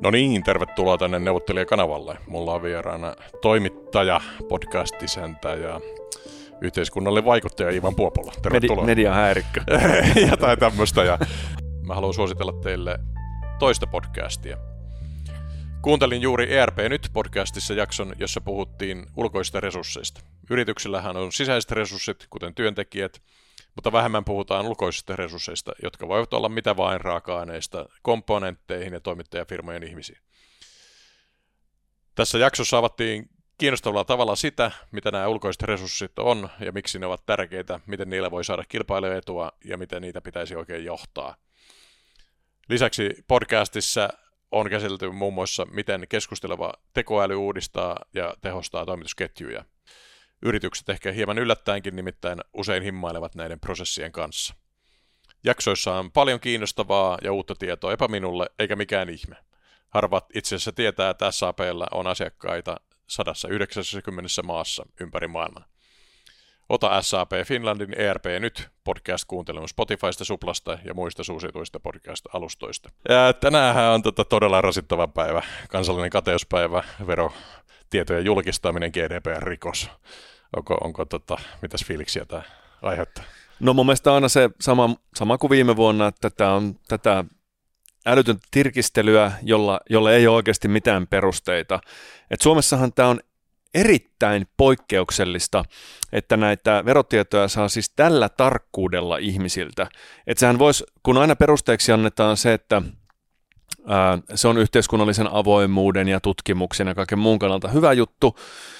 No niin, tervetuloa tänne Neuvottelijakanavalle. Mulla on vieraana toimittaja, podcast-isäntä ja yhteiskunnallinen vaikuttaja Iivan Puopola. Tervetuloa. Mediahäirikkö. Jotain tämmöistä. Ja mä haluan suositella teille toista podcastia. Kuuntelin juuri ERP Nyt-podcastissa jakson, jossa puhuttiin ulkoisista resursseista. Yrityksillähän on sisäiset resurssit, kuten työntekijät, mutta vähemmän puhutaan ulkoisista resursseista, jotka voivat olla mitä vain raaka-aineista komponentteihin ja toimittajafirmojen ihmisiin. Tässä jaksossa avattiin kiinnostavalla tavalla sitä, mitä nämä ulkoiset resurssit on ja miksi ne ovat tärkeitä, miten niillä voi saada kilpailuetua ja miten niitä pitäisi oikein johtaa. Lisäksi podcastissa on käsitelty muun muassa, miten keskusteleva tekoäly uudistaa ja tehostaa toimitusketjuja. Yritykset ehkä hieman yllättäenkin nimittäin usein himmailevat näiden prosessien kanssa. Jaksoissa on paljon kiinnostavaa ja uutta tietoa, eipä minulle eikä mikään ihme. Harvat itse asiassa tietää, että SAP:llä on asiakkaita 190 maassa ympäri maailman. Ota SAP Finlandin ERP Nyt podcast kuuntelun Spotifysta, Suplasta ja muista suosituista podcast-alustoista. Ja tänäänhän on todella rasittava päivä, kansallinen kateuspäivä, verotietojen julkistaminen, GDPR-rikos. Onko mitäs fiiliksiä tämä aiheuttaa? No mun mielestä aina se sama kuin viime vuonna, että tämä on tätä älytöntä tirkistelyä, jolla ei ole oikeasti mitään perusteita. Et Suomessahan tämä on erittäin poikkeuksellista, että näitä verotietoja saa siis tällä tarkkuudella ihmisiltä. Että sehän voisi, kun aina perusteeksi annetaan se, että se on yhteiskunnallisen avoimuuden ja tutkimuksen ja kaiken muun kannalta hyvä juttu,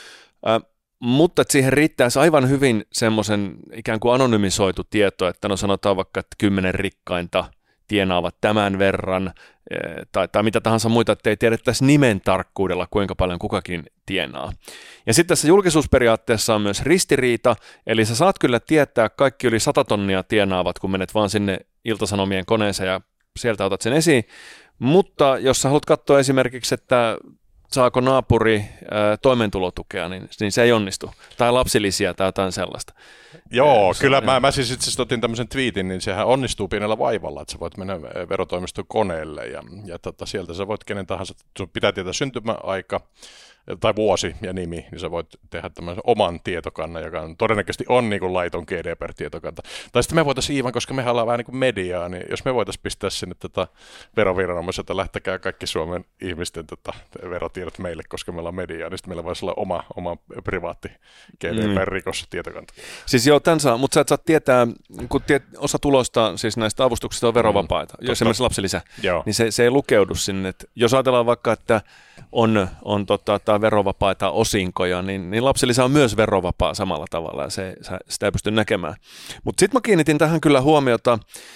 mutta että siihen riittäisi aivan hyvin semmoisen ikään kuin anonymisoitu tieto, että no sanotaan vaikka, että 10 rikkainta tienaavat tämän verran, tai mitä tahansa muita, että ei tiedettäisi nimen tarkkuudella, kuinka paljon kukakin tienaa. Ja sitten tässä julkisuusperiaatteessa on myös ristiriita, eli sä saat kyllä tietää kaikki yli 100 tonnia tienaavat, kun menet vaan sinne Ilta-Sanomien koneeseen ja sieltä otat sen esiin, mutta jos sä haluat katsoa esimerkiksi, että saako naapuri toimeentulotukea, niin se ei onnistu. Tai lapsilisiä tai jotain sellaista. Joo, kyllä mä siis itse asiassa otin tämmöisen twiitin, niin sehän onnistuu pienellä vaivalla, että sä voit mennä verotoimiston koneelle ja sieltä sä voit kenen tahansa, sun pitää tietää syntymäaika tai vuosi ja nimi, niin sä voit tehdä tämmöisen oman tietokannan, joka todennäköisesti on niin kuin laiton GDPR-tietokanta. Tai sitten me voitaisiin, Iivan, koska mehän ollaan vähän niin kuin mediaa, niin jos me voitaisiin pistää sinne veroviranomaiset, että lähtekää kaikki Suomen ihmisten verotiedot meille, koska me ollaan mediaa, niin sitten meillä voisi olla oma privaatti GDPR-rikos-tietokanta. Siis joo, tämän saa, mutta sä et saa tietää, kun osa tulosta siis näistä avustuksista on verovapaita, jos esimerkiksi lapsilisä, niin se ei lukeudu sinne. Et jos ajatellaan vaikka, että on verovapaita osinkoja, niin lapsilisä on myös verovapaa samalla tavalla ja sitä ei pysty näkemään. Mutta sitten mä kiinnitin tähän kyllä huomiota.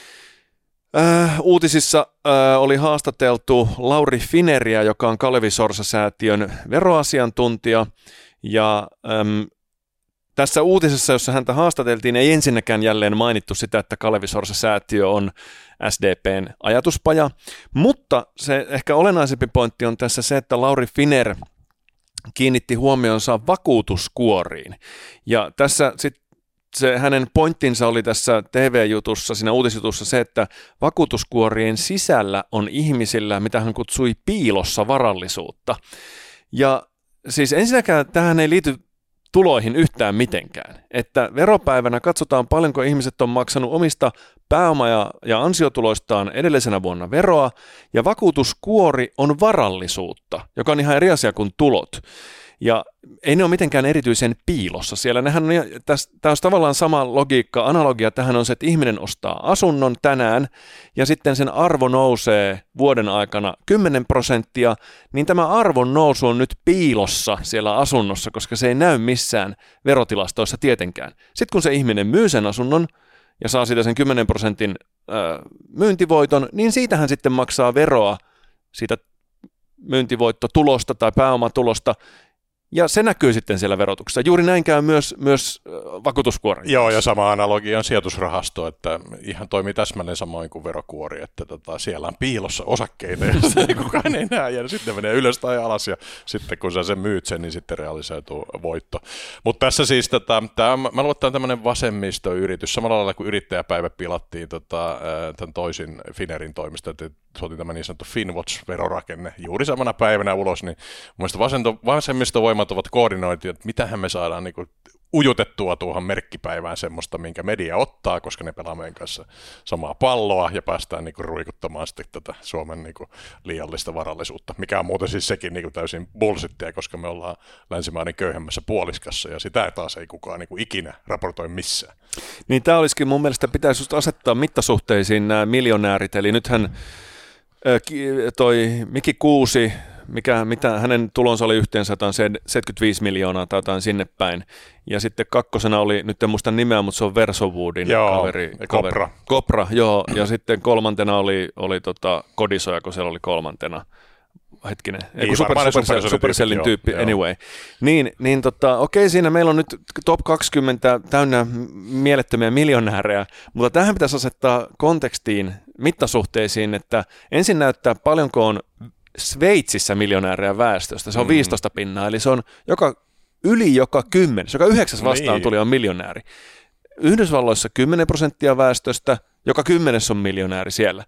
Uutisissa oli haastateltu Lauri Fineriä, joka on Kalevi Sorsa-säätiön veroasiantuntija ja tässä uutisessa, jossa häntä haastateltiin, ei ensinnäkään jälleen mainittu sitä, että Kalevi Sorsa-säätiö on SDPn ajatuspaja, mutta se ehkä olennaisempi pointti on tässä se, että Lauri Finer kiinnitti huomionsa vakuutuskuoriin. Ja tässä sitten hänen pointtinsa oli tässä TV-jutussa, siinä uutisjutussa se, että vakuutuskuorien sisällä on ihmisillä, mitä hän kutsui piilossa varallisuutta. Ja siis ensinnäkään tähän ei liity tuloihin yhtään mitenkään. Että veropäivänä katsotaan paljonko ihmiset on maksanut omista pääoma- ja ansiotuloistaan edellisenä vuonna veroa, ja vakuutuskuori on varallisuutta, joka on ihan eri asia kuin tulot. Ja ei ne ole mitenkään erityisen piilossa siellä. Tämä on tavallaan sama logiikka, analogia tähän on se, että ihminen ostaa asunnon tänään ja sitten sen arvo nousee vuoden aikana 10%, niin tämä arvon nousu on nyt piilossa siellä asunnossa, koska se ei näy missään verotilastoissa tietenkään. Sitten kun se ihminen myy sen asunnon ja saa siitä sen 10% myyntivoiton, niin siitähän sitten maksaa veroa siitä myyntivoittotulosta tai pääomatulosta, ja se näkyy sitten siellä verotuksessa. Juuri näin käy myös vakuutuskuoren. Joo, ja sama analogia on sijoitusrahasto, että ihan toimii täsmälleen samoin kuin verokuori, että siellä on piilossa osakkeita, ja kukaan ei näe, ja sitten ne menee ylös tai alas, ja sitten kun sä sen myyt sen, niin sitten realisoituu voitto. Mutta tässä siis, mä luulen, että tämä on tämmöinen vasemmistoyritys, samalla lailla kuin yrittäjäpäivä pilattiin tämän toisin Finerin toimesta, että suotiin tämä niin sanottu Finwatch-verorakenne juuri samana päivänä ulos, niin mun mielestä vasemmistovoimat ovat koordinoitu, että mitähän me saadaan niin kuin ujutettua tuohon merkkipäivään semmoista, minkä media ottaa, koska ne pelaa meidän kanssa samaa palloa ja päästään niin kuin ruikuttamaan sitten tätä Suomen niin kuin liiallista varallisuutta, mikä on muuten siis sekin niin kuin täysin bullshittia, koska me ollaan länsimaiden köyhemmässä puoliskassa ja sitä taas ei kukaan niin kuin ikinä raportoi missään. Niin tämä olisikin mun mielestä pitäisi just asettaa mittasuhteisiin nämä miljonäärit, eli nythän toi Miki Kuusi, mitä hänen tulonsa oli yhteensä jotain 75 miljoonaa tai jotain sinne päin. Ja sitten kakkosena oli, nyt en muista nimeä, mutta se on Versowoodin kaveri. Kopra, joo. Ja sitten kolmantena oli Kodisoja, kun siellä oli kolmantena. Hetkinen, Supercellin tyyppi, joo. Anyway. Okei, siinä meillä on nyt top 20 täynnä mielettömiä miljonäärejä, mutta tähän pitäisi asettaa kontekstiin, mittasuhteisiin, että ensin näyttää paljonko on Sveitsissä miljonäärejä väestöstä, se on 15%, eli se on joka 10, joka 9 vastaan tuli on miljonääri. Yhdysvalloissa 10% väestöstä, joka 10 on miljonääri siellä.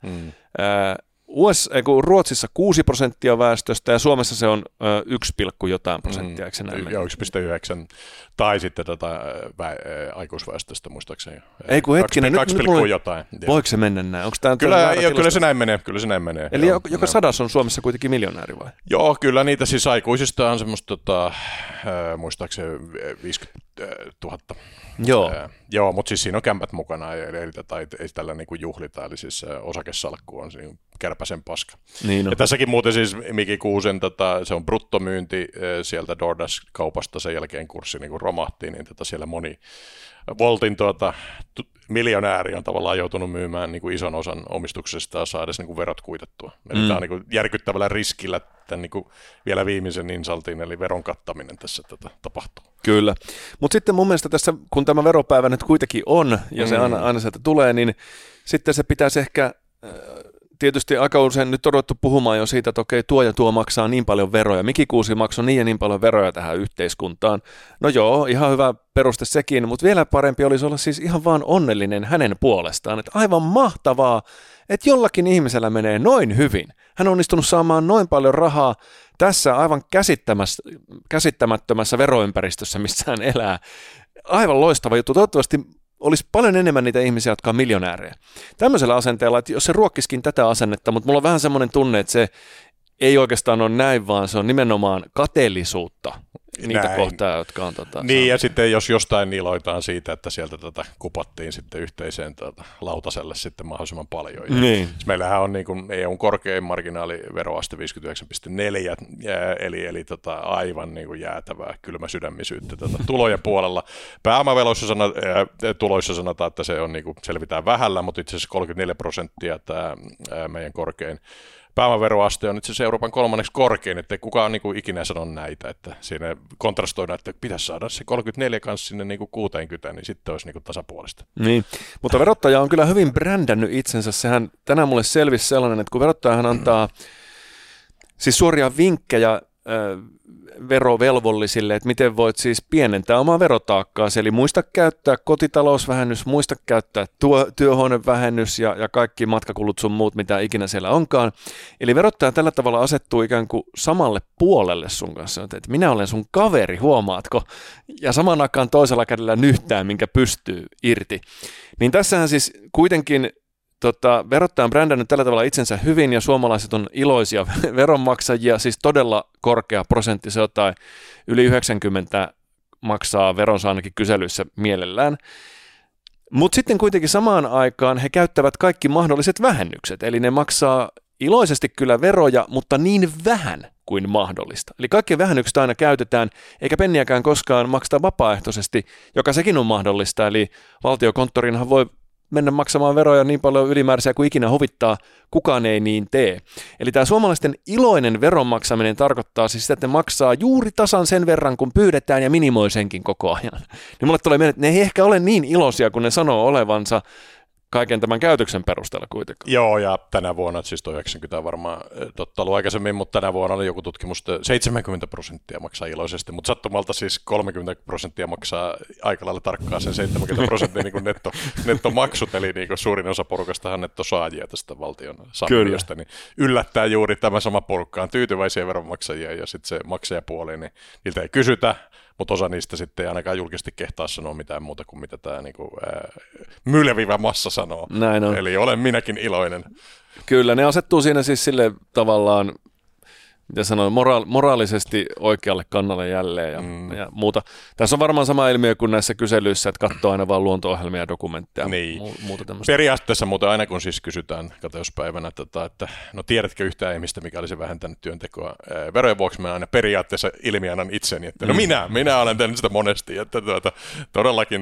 Ruotsissa 6% väestöstä ja Suomessa se on 1,jotain prosenttia, eikö se näin mene? Joo, 1,9 tai sitten aikuisväestöstä muistaakseni. Ei kun hetkinen, 2, jotain. Voiko se mennä näin? Onko kyllä se näin menee. Eli joka 100 on Suomessa kuitenkin miljonääri vai? Joo, kyllä niitä siis aikuisista on semmoista, muistaakseni 50 000. Joo, mutta siis siinä on kämpät mukana, tai ei tällä niin kuin juhlita, eli siis osakesalkku on siinä kärpäsen paska. Niin ja tässäkin muuten siis Miki Kuusen, se on bruttomyynti sieltä DoorDash-kaupasta, sen jälkeen kurssi niin kuin romahti, niin siellä moni Voltin miljonääri on tavallaan joutunut myymään niin kuin ison osan omistuksestaan saada niin kuin verot kuitettua. Eli tämä on niin kuin järkyttävällä riskillä tämän niin kuin vielä viimeisen insaltin, eli veron kattaminen tässä tapahtuu. Kyllä, mutta sitten mun mielestä tässä, kun tämä veropäivä nyt kuitenkin on, ja se aina sieltä tulee, niin sitten se pitäisi ehkä tietysti aika usein nyt on ruvettu puhumaan jo siitä, että okei, tuo ja tuo maksaa niin paljon veroja. Miki Kuusi maksoi niin ja niin paljon veroja tähän yhteiskuntaan. No joo, ihan hyvä peruste sekin, mutta vielä parempi olisi olla siis ihan vaan onnellinen hänen puolestaan. Että aivan mahtavaa, että jollakin ihmisellä menee noin hyvin. Hän on onnistunut saamaan noin paljon rahaa tässä aivan käsittämättömässä veroympäristössä, missä hän elää. Aivan loistava juttu. Toivottavasti olisi paljon enemmän niitä ihmisiä, jotka on miljonäärejä. Tämmöisellä asenteella, että jos se ruokkiskin tätä asennetta, mutta mulla on vähän semmoinen tunne, että se ei oikeastaan ole näin, vaan se on nimenomaan kateellisuutta niitä kohtaa, jotka on... Niin, ja sitten jos jostain iloitaan siitä, että sieltä kupattiin sitten yhteiseen lautaselle sitten mahdollisimman paljon. Niin. Meillähän on niin kuin EUn korkein marginaaliveroaste 59,4, eli aivan niin kuin jäätävää kylmäsydämisyyttä tulojen puolella. Tuloissa sanotaan, että se on niin kuin selvitään vähällä, mutta itse asiassa 34% tämä meidän korkein pääomaveroaste on itse asiassa Euroopan kolmanneksi korkein, ettei kukaan niin kuin ikinä sano näitä, että siinä kontrastoidaan, että pitäisi saada se 34 kanssa sinne niin kuin 60, niin sitten olisi niin kuin tasapuolista. Niin, mutta verottaja on kyllä hyvin brändännyt itsensä. Sehän tänään mulle selvisi sellainen, että kun verottajahan antaa siis suoria vinkkejä verovelvollisille, että miten voit siis pienentää omaa verotaakkaa, eli muista käyttää kotitalousvähennys, muista käyttää työhuonevähennys ja kaikki matkakulut sun muut, mitä ikinä siellä onkaan. Eli verottaja tällä tavalla asettuu ikään kuin samalle puolelle sun kanssa, että minä olen sun kaveri, huomaatko? Ja saman aikaan toisella kädellä nyhtää, minkä pystyy irti. Niin tässähän siis kuitenkin verottaja on brändännyt tällä tavalla itsensä hyvin ja suomalaiset on iloisia veronmaksajia, siis todella korkea prosentti, se jotain yli 90 maksaa veronsa ainakin kyselyissä mielellään. Mutta sitten kuitenkin samaan aikaan he käyttävät kaikki mahdolliset vähennykset, eli ne maksaa iloisesti kyllä veroja, mutta niin vähän kuin mahdollista. Eli kaikki vähennykset aina käytetään, eikä penniäkään koskaan makseta vapaaehtoisesti, joka sekin on mahdollista, eli valtiokonttorinhan voi mennä maksamaan veroja niin paljon ylimääräisiä kuin ikinä huvittaa, kukaan ei niin tee. Eli tämä suomalaisten iloinen veron maksaminen tarkoittaa siis sitä, että ne maksaa juuri tasan sen verran, kun pyydetään ja minimoi senkin koko ajan. Niin mulle tulee mieleen, että ne ei ehkä ole niin iloisia, kun ne sanoo olevansa kaiken tämän käytöksen perusteella kuitenkaan. Joo, ja tänä vuonna, siis 90 varmaan totta ollut aikaisemmin, mutta tänä vuonna oli joku tutkimus, 70% maksaa iloisesti, mutta sattumalta siis 30% maksaa aika lailla tarkkaan sen 70% niin kuin nettomaksut, eli niin kuin suurin osa porukastahan nettosaajia tästä valtion sammiosta, niin yllättää juuri tämä sama porukka on tyytyväisiä veronmaksajia, ja sitten se maksajapuoli, niin niiltä ei kysytä, mutta osa niistä sitten ei ainakaan julkisesti kehtaa sanoa mitään muuta kuin mitä tämä niinku, mylevivä massa sanoo. Näin on. Eli olen minäkin iloinen. Kyllä, ne asettuu siinä siis sille tavallaan, mitä sanoin, moraalisesti oikealle kannalle jälleen ja muuta. Tässä on varmaan sama ilmiö kuin näissä kyselyissä, että katsoo aina vaan luonto-ohjelmia ja dokumentteja. Niin. Muuta tämmöistä. Periaatteessa muuten aina kun siis kysytään kateuspäivänä, että no tiedätkö yhtään ihmistä, mikä olisi vähentänyt työntekoa verojen vuoksi, mä aina periaatteessa ilmiannan itseni, että no minä olen tehnyt sitä monesti, että todellakin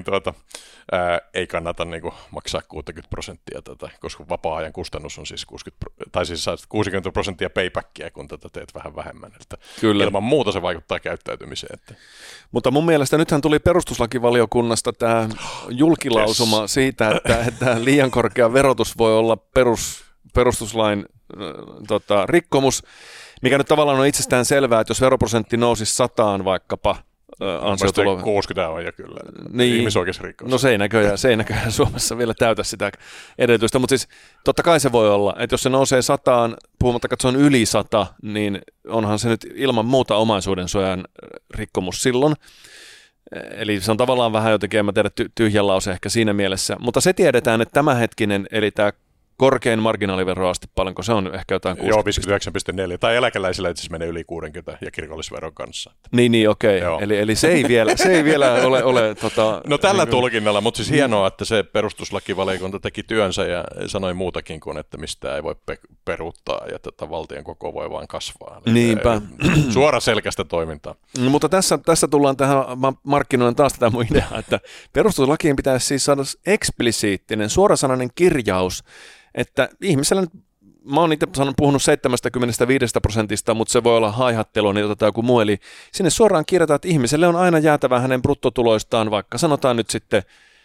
ei kannata niinku maksaa 60%, koska vapaa-ajan kustannus on siis 60% paybackia, kun teet vähän vähemmän. Että Kyllä. Ilman muuta se vaikuttaa käyttäytymiseen. Että. Mutta mun mielestä nythän tuli perustuslakivaliokunnasta tämä julkilausuma siitä, että liian korkea verotus voi olla perustuslain rikkomus, mikä nyt tavallaan on itsestään selvää, että jos veroprosentti nousisi 100 vaikkapa, ansiotulo. 60 on jo kyllä. Niin. Ihmisoikeusrikos. No se ei näköjään Suomessa vielä täytä sitä edellytystä, mutta siis totta kai se voi olla, että jos se nousee 100, puhumattakaan, että se on yli 100, niin onhan se nyt ilman muuta omaisuuden suojan rikkomus silloin. Eli se on tavallaan vähän jotenkin, en mä tiedä, tyhjä lause ehkä siinä mielessä, mutta se tiedetään, että tämänhetkinen, eli tämä korkein marginaaliveroaste, paljonko se on ehkä jotain 60. Joo, 59,4. Tai eläkeläisillä itse asiassa menee yli 60 ja kirkollisveron kanssa. Niin okei. Eli se ei vielä ole No tällä niin tulkinnalla, mutta siis hienoa, että se perustuslakivaliokunta teki työnsä ja sanoi muutakin kuin, että mistä ei voi peruuttaa ja tätä valtion koko voi vaan kasvaa. Niinpä. Suoraselkäistä toimintaa. No, mutta tässä tullaan tähän, mä markkinoin taas tätä mun ideaa, että perustuslakiin pitäisi siis saada eksplisiittinen, suorasanainen kirjaus, että ihmisellä nyt, mä oon itse puhunut 75%, mutta se voi olla haihattelua, niin otetaan joku muu, eli sinne suoraan kirjataan, että ihmiselle on aina jäätävä hänen bruttotuloistaan, vaikka sanotaan nyt sitten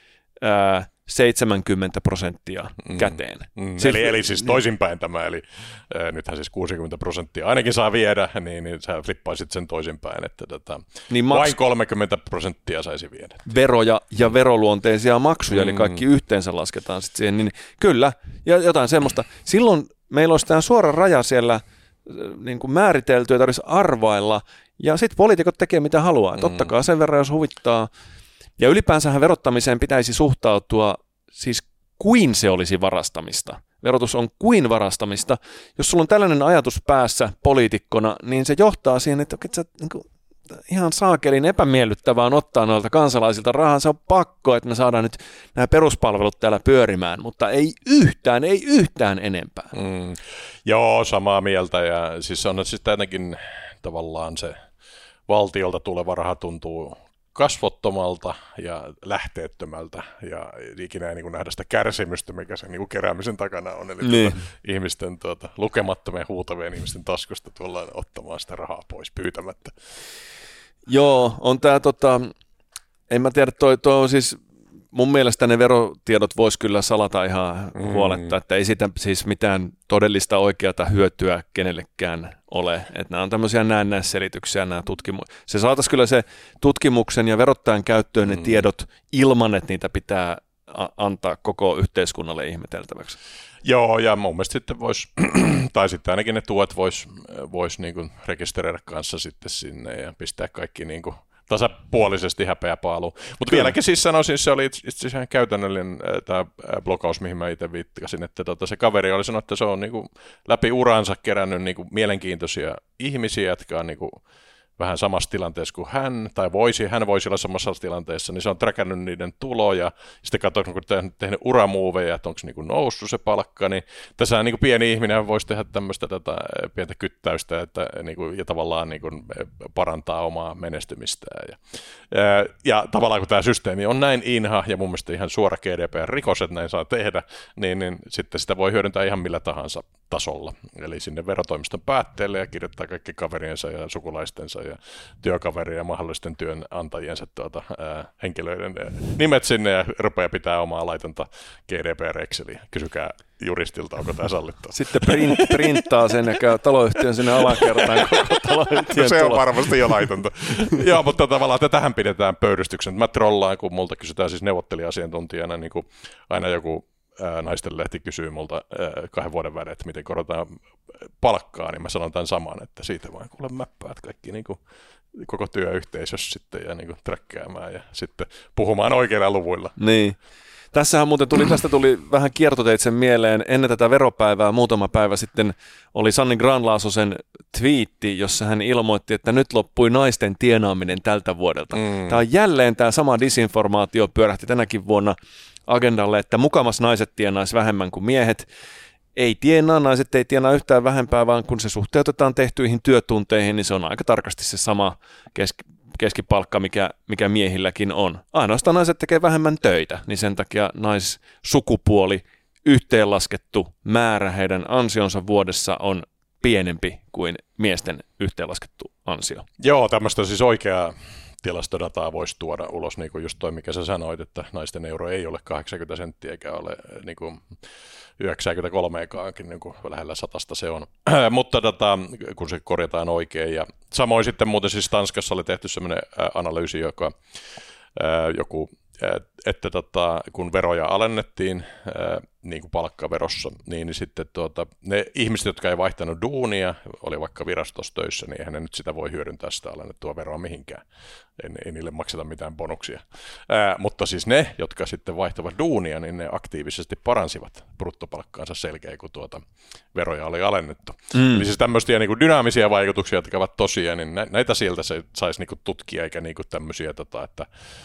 70% käteen. Eli siis toisinpäin tämä, eli nythän siis 60% ainakin saa viedä, niin sä flippaisit sen toisinpäin, että niin vain 30% saisi viedä. Veroja ja veroluonteisia maksuja, eli kaikki yhteensä lasketaan sitten siihen, niin kyllä, ja jotain semmoista. Silloin meillä olisi tämä suora raja siellä niin kuin määritelty, ja tarvitsisi arvailla, ja sitten poliitikot tekee mitä haluaa. Ottakaa sen verran, jos huvittaa. Ja ylipäänsähän verottamiseen pitäisi suhtautua siis kuin se olisi varastamista. Verotus on kuin varastamista. Jos sulla on tällainen ajatus päässä poliitikkona, niin se johtaa siihen, että sä, niin kuin, ihan saakelin epämiellyttävää on ottaa noilta kansalaisilta rahaa. Se on pakko, että me saadaan nyt nämä peruspalvelut täällä pyörimään, mutta ei yhtään enempää. Joo, samaa mieltä. Ja siis on siis tietenkin tavallaan se valtiolta tuleva raha tuntuu kasvottomalta ja lähteettömältä ja ikinä ei niin nähdä sitä kärsimystä, mikä sen niin keräämisen takana on. Eli niin. Ihmisten lukemattomien huutavien ihmisten taskusta tullaan ottamaan sitä rahaa pois pyytämättä. Joo, on tämä, en mä tiedä, toi on siis, mun mielestä ne verotiedot vois kyllä salata ihan huoletta, että ei siitä siis mitään todellista oikeata hyötyä kenellekään ole. Että nämä on tämmöisiä näennäisselityksiä, nämä tutkimukset. Se saataisiin kyllä se tutkimuksen ja verottajan käyttöön ne tiedot ilman, että niitä pitää antaa koko yhteiskunnalle ihmeteltäväksi. Joo, ja mun mielestä sitten voisi, tai sitten ainakin ne tuet voisi niin kuin rekisteröidä kanssa sitten sinne ja pistää kaikki niin kuin tasapuolisesti häpeäpaaluun. Mutta vieläkin siis sanoisin, se oli itse asiassa ihan käytännöllinen tämä blokaus, mihin mä itse viittasin, että se kaveri oli sanonut, että se on niinku läpi uransa kerännyt niinku mielenkiintoisia ihmisiä, jotka on niinku vähän samassa tilanteessa kuin hän voisi olla samassa tilanteessa, niin se on trackannut niiden tuloja, sitten katsoo, kun tehnyt uramuoveja, että onko niin kuin noussut se palkka, niin tässä niin kuin pieni ihminen voisi tehdä tämmöistä pientä kyttäystä, että niin kuin, ja tavallaan niin kuin parantaa omaa menestymistään. Ja tavallaan kun tämä systeemi on näin inha, ja mun mielestä ihan suora GDPR-rikos, että näin saa tehdä, niin sitten sitä voi hyödyntää ihan millä tahansa tasolla. Eli sinne verotoimiston päätteelle ja kirjoittaa kaikki kaveriensa ja sukulaistensa ja työkaverien ja mahdollisten työnantajiensa henkilöiden nimet sinne ja rupeaa pitää omaa laitonta GDPR-exceliä. Kysykää juristilta, onko tämä sallittua. Sitten printtaa sen ja käy taloyhtiön sinne alakertaan koko taloyhtiön se on varmasti jo laitonta. Joo, mutta tavallaan tätähän pidetään pöydystyksen. Mä trollaan, kun multa kysytään siis neuvottelija-asiantuntijana, niin kuin aina joku naistenlehti kysyy multa 2 vuoden välein, että miten korotetaan palkkaa, niin mä sanon tämän saman, että siitä vaan kuule mäppäät kaikki niin kuin koko työyhteisössä sitten ja niin kuin träkkäämään ja sitten puhumaan oikeilla luvuilla. Niin. Tästä tuli vähän kiertoteitse mieleen. Ennen tätä veropäivää muutama päivä sitten oli Sanni Grahn-Laasosen twiitti, jossa hän ilmoitti, että nyt loppui naisten tienaaminen tältä vuodelta. Tämä on jälleen tämä sama disinformaatio pyörähti tänäkin vuonna agendalle, että mukamas naiset tienaisi vähemmän kuin miehet. Ei tienaa, naiset ei tienaa yhtään vähempää, vaan kun se suhteutetaan tehtyihin työtunteihin, niin se on aika tarkasti se sama keskipalkka, mikä miehilläkin on. Ainoastaan naiset tekee vähemmän töitä, niin sen takia naissukupuoli yhteenlaskettu määrä heidän ansionsa vuodessa on pienempi kuin miesten yhteenlaskettu ansio. Joo, tämmöistä siis oikeaa tilastodataa voisi tuoda ulos, niin kuin just toi, mikä sä sanoit, että naisten euro ei ole 80 senttiä eikä ole niin kuin 93-kaankin, niin kuin lähellä 100 se on, mutta kun se korjataan oikein. Ja samoin sitten muuten siis Tanskassa oli tehty sellainen analyysi, että kun veroja alennettiin niin kuin palkkaverossa, niin sitten ne ihmiset, jotka ei vaihtanut duunia, oli vaikka virastossa töissä, niin eihän ne nyt sitä voi hyödyntää sitä alennettua veroa mihinkään. Ei niille makseta mitään bonuksia. Mutta siis ne, jotka sitten vaihtavat duunia, niin ne aktiivisesti paransivat bruttopalkkaansa selkeä, kun veroja oli alennettu. Eli siis tämmöisiä niin kuin dynaamisia vaikutuksia, jotka ovat tosia, niin näitä sieltä se saisi niin kuin tutkia, eikä niin kuin tämmöisiä, että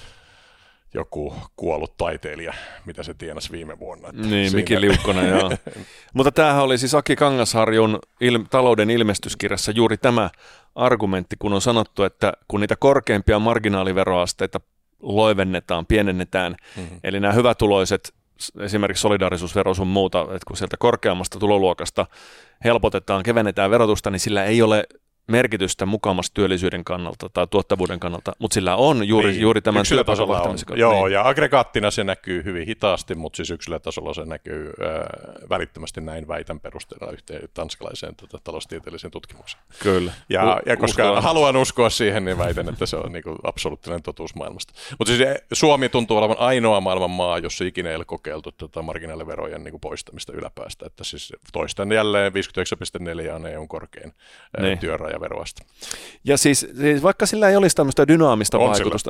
joku kuollut taiteilija, mitä se tienasi viime vuonna. Niin, Miki Liukkonen, joo. Mutta tämähän oli siis Aki Kangasharjun talouden ilmestyskirjassa juuri tämä argumentti, kun on sanottu, että kun niitä korkeimpia marginaaliveroasteita loivennetaan, pienennetään, eli nämä hyvätuloiset, esimerkiksi solidaarisuusvero sun muuta, että kun sieltä korkeammasta tuloluokasta helpotetaan, kevennetään verotusta, niin sillä ei ole merkitystä mukamassa työllisyyden kannalta tai tuottavuuden kannalta, mutta sillä on juuri tämän työtason vahtamisen kannalta. Joo, ja aggregaattina se näkyy hyvin hitaasti, mutta siis yksilötasolla se näkyy välittömästi, näin väitän perusteella yhteen tanskalaiseen taloustieteelliseen tutkimukseen. Kyllä. Ja koska haluan uskoa siihen, niin väitän, että se on niin kuin absoluuttinen totuus maailmasta. Mutta siis Suomi tuntuu olevan ainoa maailman maa, jossa ikinä ei ole kokeiltu marginaaliverojen niin kuin poistamista yläpäästä. Että siis toistan jälleen 59,4 on EU:n korkein työraja veroasta. Ja siis vaikka sillä ei olisi tämmöistä dynaamista vaikutusta,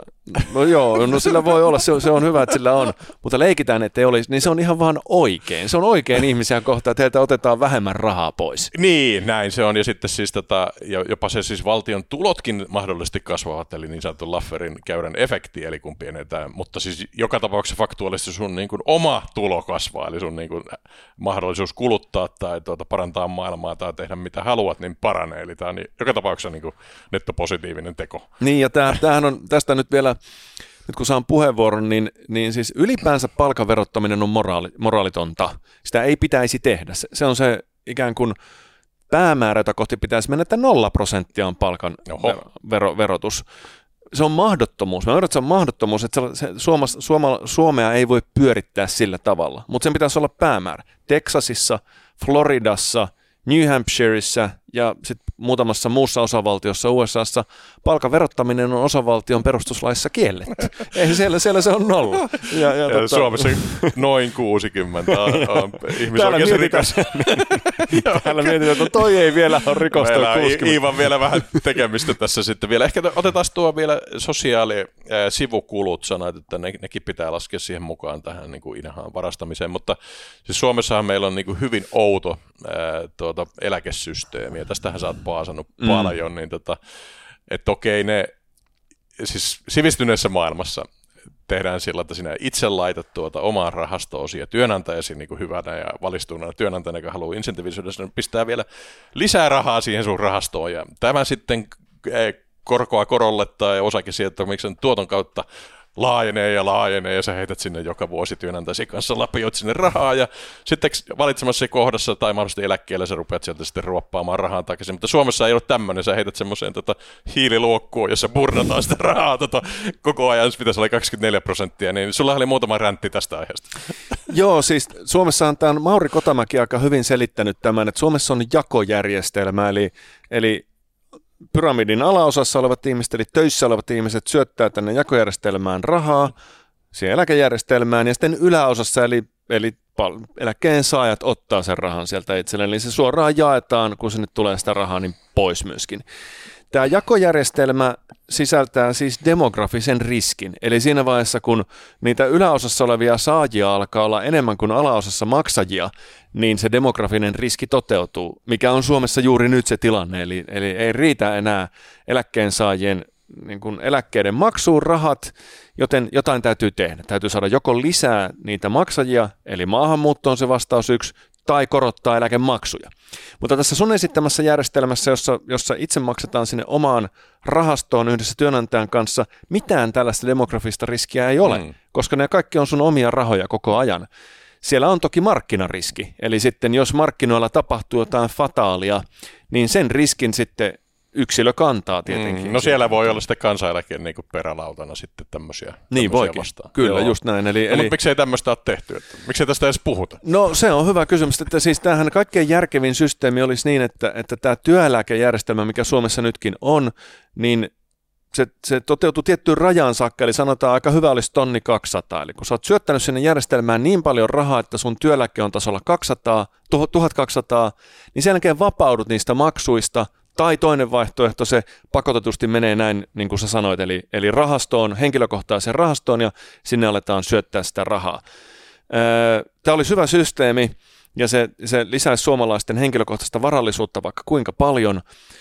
no sillä voi olla, se on hyvä, että sillä on, mutta leikitään, että ei olisi, niin se on ihan vaan oikein. Se on oikein ihmisiä kohtaan, että heiltä otetaan vähemmän rahaa pois. Niin, näin se on, ja sitten siis jopa se siis valtion tulotkin mahdollisesti kasvavat, eli niin sanottu Lafferin käyrän efekti, eli kun pienetään, mutta siis joka tapauksessa faktuaalisesti sun niin kuin oma tulo kasvaa, eli sun niin kuin mahdollisuus kuluttaa tai parantaa maailmaa tai tehdä mitä haluat, niin paranee, eli tämä on joka tapauksessa niin kuin nettopositiivinen teko. Niin, ja tämähän on tästä nyt vielä, nyt kun saan puheenvuoron, niin siis ylipäänsä palkan verottaminen on moraalitonta. Sitä ei pitäisi tehdä. Se on se ikään kuin päämäärä, jota kohti pitäisi mennä, että 0% on palkan verotus. Se on mahdottomuus. Mä ymmärrän, että se on mahdottomuus, että Suomea ei voi pyörittää sillä tavalla, mutta sen pitäisi olla päämäärä. Texasissa, Floridassa, New Hampshireissa ja sitten muutamassa muussa osavaltiossa USAssa palkan verottaminen on osavaltion perustuslaissa kielletty. Ei siellä se on 0. Ja Suomessa noin 60 on ihmisoikeusrikas. Täällä mietitään, että toi ei vielä ole rikosta. Meillä on Iivan vielä vähän tekemistä tässä sitten vielä. Ehkä otetaan tuo vielä sosiaalisivukulut, sanoit, että nekin pitää laskea siihen mukaan tähän niin kuin inahaan varastamiseen, mutta siis Suomessahan meillä on niin kuin hyvin outo eläkesysteemi, ja tästähän sä oot paasannut paljon, niin Että okei, ne siis sivistyneessä maailmassa tehdään sillä, että sinä itse laitat omaa rahastoosi ja työnantajasi niin kuin hyvänä ja valistuneena työnantajana, joka haluaa insentiivisyydessä, niin pistää vielä lisää rahaa siihen sun rahastoon. Ja tämä sitten korkoa korolle tai osakesijoittamisen tuoton kautta laajenee ja sä heität sinne joka vuosi työnantajasi kanssa lapioit sinne rahaa ja sitten valitsemassa kohdassa tai mahdollisesti eläkkeellä sä rupeat sieltä sitten ruoppaamaan rahaa takaisin, mutta Suomessa ei ole tämmöinen, sä heität semmoiseen hiililuokkuun, jossa burnataan sitä rahaa koko ajan, se pitäisi olla 24%, niin sulla oli muutama räntti tästä aiheesta. Joo, siis Suomessahan tämä on Mauri Kotamäki aika hyvin selittänyt tämän, että Suomessa on jakojärjestelmä, eli pyramidin alaosassa olevat ihmiset, eli töissä olevat ihmiset syöttää tänne jakojärjestelmään rahaa, siihen eläkejärjestelmään, ja sitten yläosassa, eli eläkkeen saajat ottaa sen rahan sieltä itselleen, eli se suoraan jaetaan, kun sinne tulee sitä rahaa, niin pois myöskin. Tämä jakojärjestelmä sisältää siis demografisen riskin, eli siinä vaiheessa, kun niitä yläosassa olevia saajia alkaa olla enemmän kuin alaosassa maksajia, niin se demografinen riski toteutuu, mikä on Suomessa juuri nyt se tilanne, eli ei riitä enää eläkkeensaajien niin kuin eläkkeiden maksuun rahat, joten jotain täytyy tehdä. Täytyy saada joko lisää niitä maksajia, eli maahanmuutto on se vastaus yksi, tai korottaa eläkemaksuja. Mutta tässä sun esittämässä järjestelmässä, jossa itse maksetaan sinne omaan rahastoon yhdessä työnantajan kanssa, mitään tällaista demografista riskiä ei ole, koska ne kaikki on sun omia rahoja koko ajan. Siellä on toki markkinariski, eli sitten jos markkinoilla tapahtuu jotain fataalia, niin sen riskin sitten yksilö kantaa tietenkin. No siellä voi olla sitten kansaneläke niin kuin perälautana sitten tämmöisiä niin voikin, vastaan. Kyllä, joo. Just näin. Eli... Mutta miksei tämmöistä ole tehty? Miksei tästä edes puhuta? No se on hyvä kysymys, että siis tämähän kaikkein järkevin systeemi olisi niin, että tämä työeläkejärjestelmä, mikä Suomessa nytkin on, niin se toteutuu tiettyyn rajaan saakka, eli sanotaan aika hyvä olisi 200 000. Eli kun sä oot syöttänyt sinne järjestelmään niin paljon rahaa, että sun työeläke on tasolla 1200, niin sen jälkeen vapaudut niistä maksuista. Tai toinen vaihtoehto, se pakotetusti menee näin, niin kuin sä sanoit, eli rahastoon, henkilökohtaiseen rahastoon, ja sinne aletaan syöttää sitä rahaa. Tämä olisi hyvä systeemi, ja se lisäisi suomalaisten henkilökohtaista varallisuutta vaikka kuinka paljon.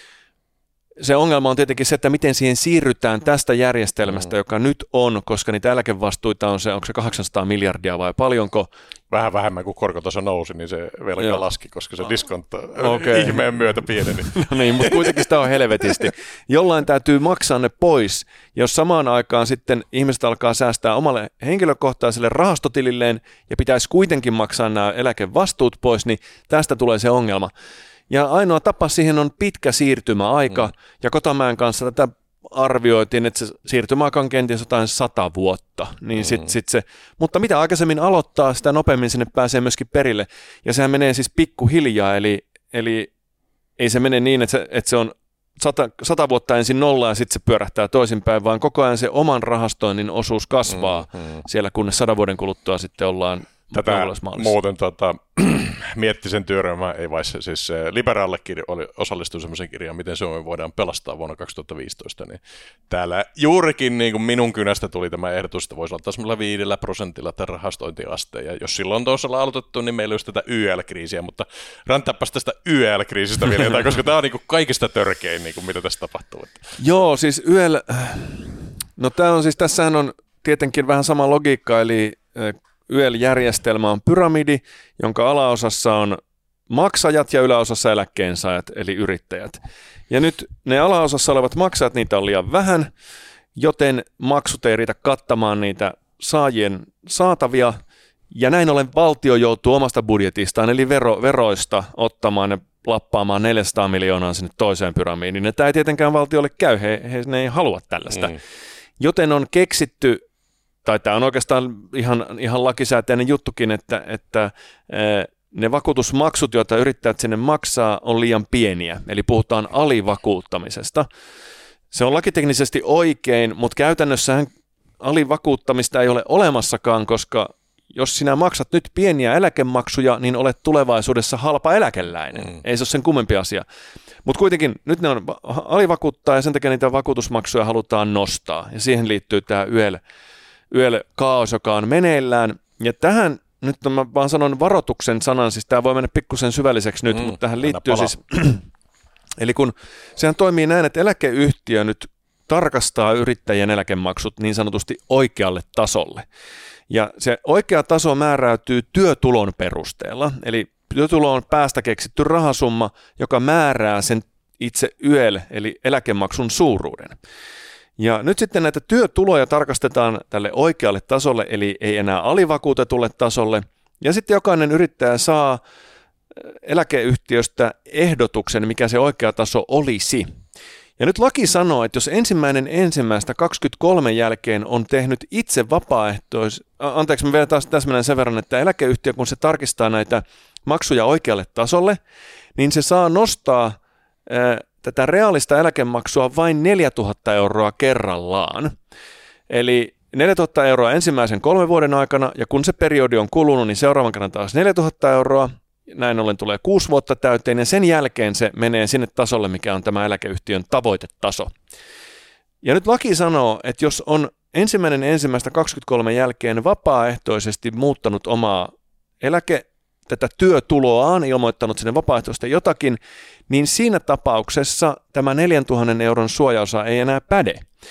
Se ongelma on tietenkin se, että miten siihen siirrytään tästä järjestelmästä, joka nyt on, koska niitä eläkevastuita on onko se 800 miljardia vai paljonko? Vähän vähemmän kuin korkotaso nousi, niin se velka laski, koska se diskonto ihmeen myötä pieneni. No niin, mutta kuitenkin sitä on helvetisti. Jollain täytyy maksaa ne pois, jos samaan aikaan sitten ihmiset alkaa säästää omalle henkilökohtaiselle rahastotililleen ja pitäisi kuitenkin maksaa nämä eläkevastuut pois, niin tästä tulee se ongelma. Ja ainoa tapa siihen on pitkä siirtymäaika, ja Kotamäen kanssa tätä arvioitiin, että se siirtymäaika on kenties jotain 100 vuotta. Niin sit se, mutta mitä aikaisemmin aloittaa, sitä nopeammin sinne pääsee myöskin perille. Ja sehän menee siis pikkuhiljaa, eli ei se mene niin, että se on 100 vuotta ensin nolla ja sitten se pyörähtää toisinpäin, vaan koko ajan se oman rahastoinnin osuus kasvaa siellä, kunnes 100 vuoden kuluttua sitten ollaan tätä muuten Miettisen työryhmä, ei vai siis Liberalle osallistui semmoisen kirjaan, miten Suomi voidaan pelastaa vuonna 2015, niin täällä juurikin niin kuin minun kynästä tuli tämä ehdotus, että voisi olla semmoilla 5% tämän rahastointiaste, ja jos silloin tuossa aloitettu, niin meillä olisi tätä YL-kriisiä, mutta ränttääpäs tästä YL-kriisistä vielä jotain, koska tämä on niin kuin kaikista törkein, niin kuin mitä tässä tapahtuu. Joo, siis YL, no tämä on siis, tässähän on tietenkin vähän sama logiikka, eli YL-järjestelmä on pyramidi, jonka alaosassa on maksajat ja yläosassa eläkkeensaajat, eli yrittäjät. Ja nyt ne alaosassa olevat maksajat, niitä on liian vähän, joten maksut ei riitä kattamaan niitä saajien saatavia, ja näin ollen valtio joutuu omasta budjetistaan, eli veroista ottamaan ja lappaamaan 400 miljoonaa sinne toiseen pyramidiin. Tämä ei tietenkään valtiolle käy, ne ei halua tällaista. Joten on keksitty, tai tämä on oikeastaan ihan lakisääteinen juttukin, että ne vakuutusmaksut, joita yrittäjät sinne maksaa, on liian pieniä. Eli puhutaan alivakuuttamisesta. Se on lakiteknisesti oikein, mutta käytännössähän alivakuuttamista ei ole olemassakaan, koska jos sinä maksat nyt pieniä eläkemaksuja, niin olet tulevaisuudessa halpa eläkeläinen. Ei se ole sen kummempi asia. Mutta kuitenkin nyt ne on alivakuuttaa ja sen takia niitä vakuutusmaksuja halutaan nostaa. Ja siihen liittyy tämä YL-kaos, joka on meneillään. Ja tähän, nyt mä vaan sanon varoituksen sanan, siis tämä voi mennä pikkusen syvälliseksi nyt, mutta tähän liittyy siis Eli kun sehän toimii näin, että eläkeyhtiö nyt tarkastaa yrittäjien eläkemaksut niin sanotusti oikealle tasolle. Ja se oikea taso määräytyy työtulon perusteella, eli työtulo on päästä keksitty rahasumma, joka määrää sen itse YEL, eli eläkemaksun suuruuden. Ja nyt sitten näitä työtuloja tarkastetaan tälle oikealle tasolle, eli ei enää alivakuutetulle tasolle, ja sitten jokainen yrittäjä saa eläkeyhtiöstä ehdotuksen, mikä se oikea taso olisi. Ja nyt laki sanoo, että jos 1.1.23 jälkeen on tehnyt itse mä vielä taas täsmennän sen verran, että eläkeyhtiö, kun se tarkistaa näitä maksuja oikealle tasolle, niin se saa nostaa tätä reaalista eläkemaksua vain 4 000 euroa kerrallaan. Eli 4 000 euroa ensimmäisen 3 vuoden aikana, ja kun se periodi on kulunut, niin seuraavan kerran taas 4 000 euroa. Näin ollen tulee 6 vuotta täyteen, ja sen jälkeen se menee sinne tasolle, mikä on tämä eläkeyhtiön tavoitetaso. Ja nyt laki sanoo, että jos on 1.1.23 jälkeen vapaaehtoisesti muuttanut omaa tätä työtuloaan, ilmoittanut sinne vapaaehtoisesti jotakin, niin siinä tapauksessa tämä 4 000 euron suojaosa ei enää päde.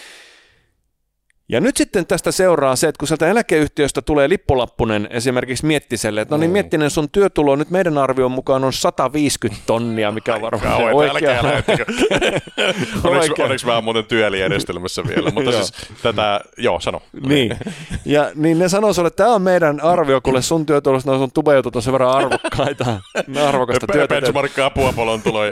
Ja nyt sitten tästä seuraa se, että kun sieltä eläkeyhtiöstä tulee lippulappunen esimerkiksi Miettiselle, että no niin Miettinen, sun työtulo nyt meidän arvion mukaan on 150 tonnia, mikä on varmaan se oikea. Onneksi vähän muuten työlijärjestelmässä vielä, mutta siis sano. Niin, ja niin ne sanoo sulle, että tämä on meidän arvio, kuule sun työtulosta, no sun tubejutut on sen verran arvokasta työtä. Benchmarkkaa Puopolon tuloja.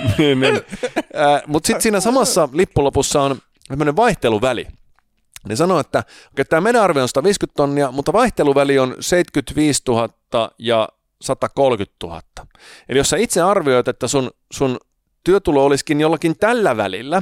Mutta sitten siinä samassa lippulapussa on tämmöinen vaihteluväli. Ne sanoo, että tämä meidän arvio on 150 tonnia, mutta vaihteluväli on 75 000 ja 130 000. Eli jos sä itse arvioit, että sun työtulo olisikin jollakin tällä välillä,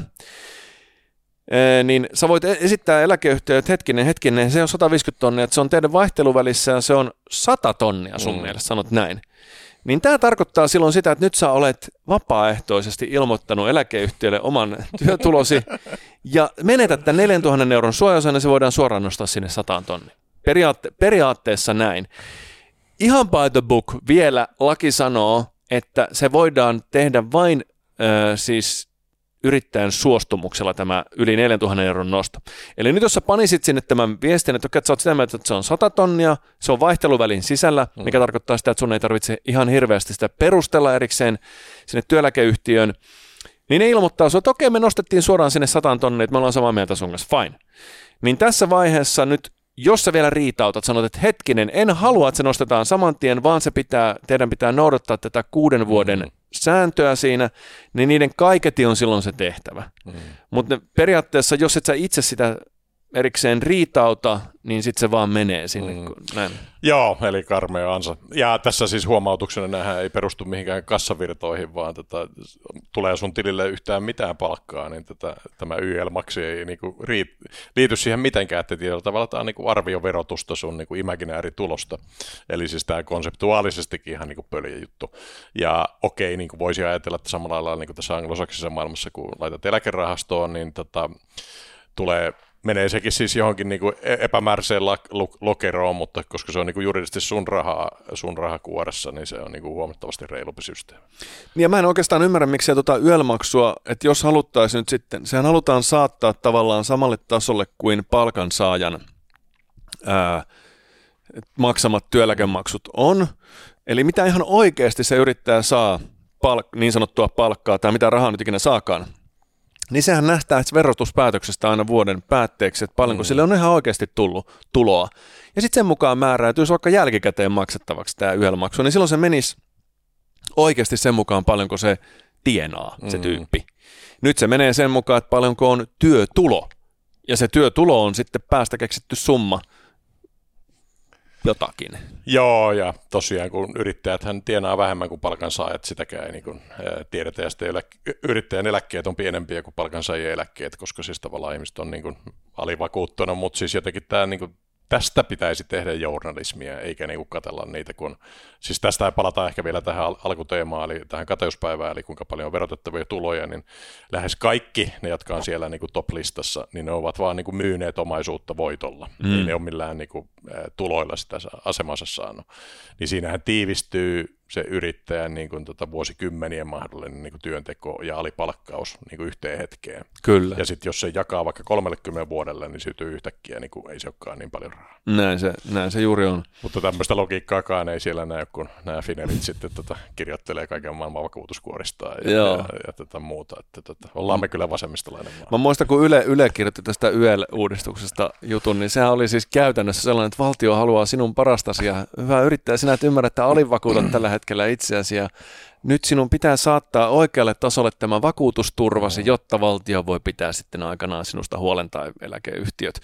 niin sä voit esittää eläkeyhtiöön, että hetkinen, se on 150 tonnia, että se on teidän vaihteluvälissä ja se on 100 tonnia sun mielestä, sanot näin. Niin tämä tarkoittaa silloin sitä, että nyt sä olet vapaaehtoisesti ilmoittanut eläkeyhtiölle oman työtulosi ja menetät tämän 4 000 euron suojaosan, niin se voidaan suoraan nostaa sinne 100 tonnia. Periaatteessa näin. Ihan by the book vielä laki sanoo, että se voidaan tehdä vain siis yrittäjän suostumuksella tämä yli 4 000 euron nosto. Eli nyt jos sä panisit sinne tämän viestin, että sä oot sitä mieltä, että se on 100 tonnia, se on vaihteluvälin sisällä, mikä tarkoittaa sitä, että sun ei tarvitse ihan hirveästi sitä perustella erikseen sinne työeläkeyhtiöön, niin ne ilmoittaa että okei, me nostettiin suoraan sinne 100 tonnia, että me ollaan samaa mieltä sun kanssa, fine. Niin tässä vaiheessa nyt, jos sä vielä riitautat, sanot, että hetkinen, en halua, että se nostetaan saman tien, vaan teidän pitää noudattaa tätä 6 vuoden sääntöä siinä, niin niiden kaiketi on silloin se tehtävä. Mutta periaatteessa, jos et sä itse sitä erikseen riitauta, niin sitten se vaan menee sinne. Näin. Joo, eli karmea ansa. Ja tässä siis huomautuksena nämähän ei perustu mihinkään kassavirtoihin, vaan tulee sun tilille yhtään mitään palkkaa, niin tämä YL-maksu ei niinku liity siihen mitenkään, että tietyllä tavalla tämä on niinku arvioverotusta sun niinku imaginääritulosta. Eli siis tämä konseptuaalisestikin ihan niinku pöliä juttu. Ja okei, niinku voisi ajatella, että samalla lailla niinku tässä anglosaksisessa maailmassa, kun laitat eläkerahastoon, niin menee sekin siis johonkin niinku epämääräiseen lokeroon, mutta koska se on niinku juridisesti sun rahakuoressa, niin se on niinku huomattavasti reilumpi systeemi. Ja mä en oikeastaan ymmärrä, miksi YEL-maksua, että jos haluttaisiin nyt sitten, sehän halutaan saattaa tavallaan samalle tasolle kuin palkansaajan maksamat työeläkemaksut on. Eli mitä ihan oikeasti se yrittää saa niin sanottua palkkaa tai mitä rahaa nyt ikinä saakaan, niin sehän nähtää verotuspäätöksestä aina vuoden päätteeksi, että paljonko sille on ihan oikeasti tullut tuloa. Ja sitten sen mukaan määräytyisi vaikka jälkikäteen maksettavaksi tämä YEL-maksu, niin silloin se menisi oikeasti sen mukaan paljonko se tienaa, se tyyppi. Nyt se menee sen mukaan, että paljonko on työtulo. Ja se työtulo on sitten päästä keksitty summa jotakin. Joo, ja tosiaan kun yrittäjäthän tienaa vähemmän kuin palkansaajat, sitäkään ei niin tiedetä, ja sitten yrittäjän eläkkeet on pienempiä kuin palkansaajien eläkkeet, koska siis tavallaan ihmiset on niin alivakuuttuna, mutta siis jotenkin tämä niin tästä pitäisi tehdä journalismia, eikä niin katsella niitä, siis tästä palataan ehkä vielä tähän alkuteemaan, eli tähän kateuspäivään, eli kuinka paljon on verotettavia tuloja, niin lähes kaikki ne, jotka on siellä niin top-listassa, niin ne ovat vaan niin myyneet omaisuutta voitolla, ei ne ole millään niin tuloilla sitä asemansa saanut. Niin siinähän tiivistyy se yrittäjän niin kuin, vuosikymmenien mahdollinen niin kuin työnteko ja alipalkkaus niin kuin yhteen hetkeen. Kyllä. Ja sitten jos se jakaa vaikka 30 vuodelle, niin sytyy yhtäkkiä, niin kuin ei se olekaan niin paljon rahaa. Näin se juuri on. Mutta tämmöistä logiikkaakaan ei siellä näy, kun nämä Finerit sitten kirjoittelee kaiken maailman vakuutuskuoristaan ja muuta. Että ollaan me kyllä vasemmistolainen maa. Mä muistan, kun Yle kirjoitti tästä YEL-uudistuksesta jutun, niin sehän oli siis käytännössä sellainen, että valtio haluaa sinun parastasi ja hyvä yrittäjä, sinä et ymmärrä, että alivakuutat tällä hetkellä itseäsi ja nyt sinun pitää saattaa oikealle tasolle tämä vakuutusturvasi, jotta valtio voi pitää sitten aikanaan sinusta huolen tai eläkeyhtiöt.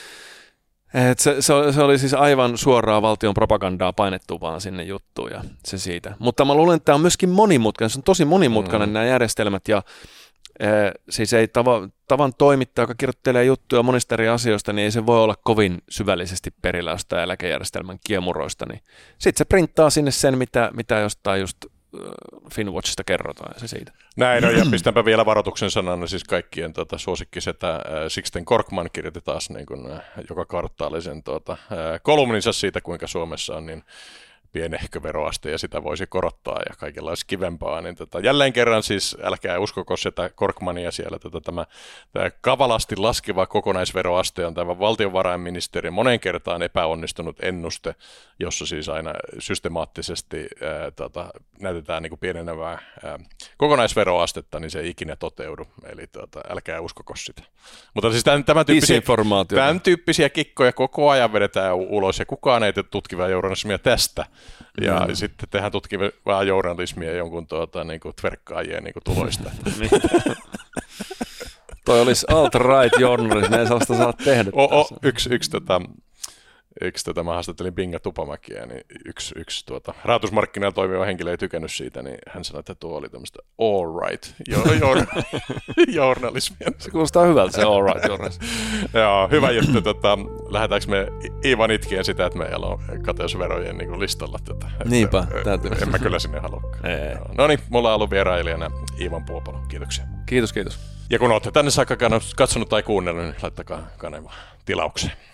Se oli siis aivan suoraa valtion propagandaa painettu vaan sinne juttuun ja se siitä. Mutta mä luulen, että tämä on myöskin monimutkainen, se on tosi monimutkainen nämä järjestelmät ja siis ei tavan toimittaja, joka kirjoittelee juttuja monista eri asioista, niin ei se voi olla kovin syvällisesti perillä jostain eläkejärjestelmän kiemuroista. Niin sitten se printtaa sinne sen, mitä jostain just Finwatchista kerrotaan ja se siitä. Näin on, ja pistänpä vielä varoituksen sanana, siis kaikkien suosikkisetä Sixten Korkman kirjoitti taas niin kuin, joka kvartaalisen kolumninsa siitä, kuinka Suomessa on niin pienehkö veroaste ja sitä voisi korottaa ja kaikilla olisi kivempaa, niin jälleen kerran siis älkää uskoko sitä Korkmania siellä, tämä kavalasti laskeva kokonaisveroaste on tämä valtiovarainministeriön moneen kertaan epäonnistunut ennuste, jossa siis aina systemaattisesti näytetään niin kuin pienenevää kokonaisveroastetta, niin se ei ikinä toteudu, eli älkää uskoko sitä. Mutta siis tämän tyyppisiä kikkoja koko ajan vedetään ulos ja kukaan ei tee tutkivaa journalismia tästä. Ja sitten tehdään tutkivaa journalismia jonkun niin kuin tverkkaajien niin kuin tuloista. Toi olisi alt-right journalismi, ei sellaista saa tehdä. Mä haastattelin Binga Tupamäkiä, niin yksi rahoitusmarkkinoilla toimiva henkilö ei tykännyt siitä, niin hän sanoi, että tuo oli tämmöistä all right journalismia. Se kuulostaa hyvältä se all right journalismi. Joo, hyvä juttu. Lähdetäänkö me Iivan itkien sitä, että meillä on kateusverojen niin listalla tätä? Niinpä, täytyy. En mä kyllä sinne haluakaan. No niin, mulla on ollut vierailijana Iivan Puopalo. Kiitoksia. Kiitos. Ja kun olette tänne saakka katsonut tai kuunnellut, niin laittakaa kanava tilaukseen.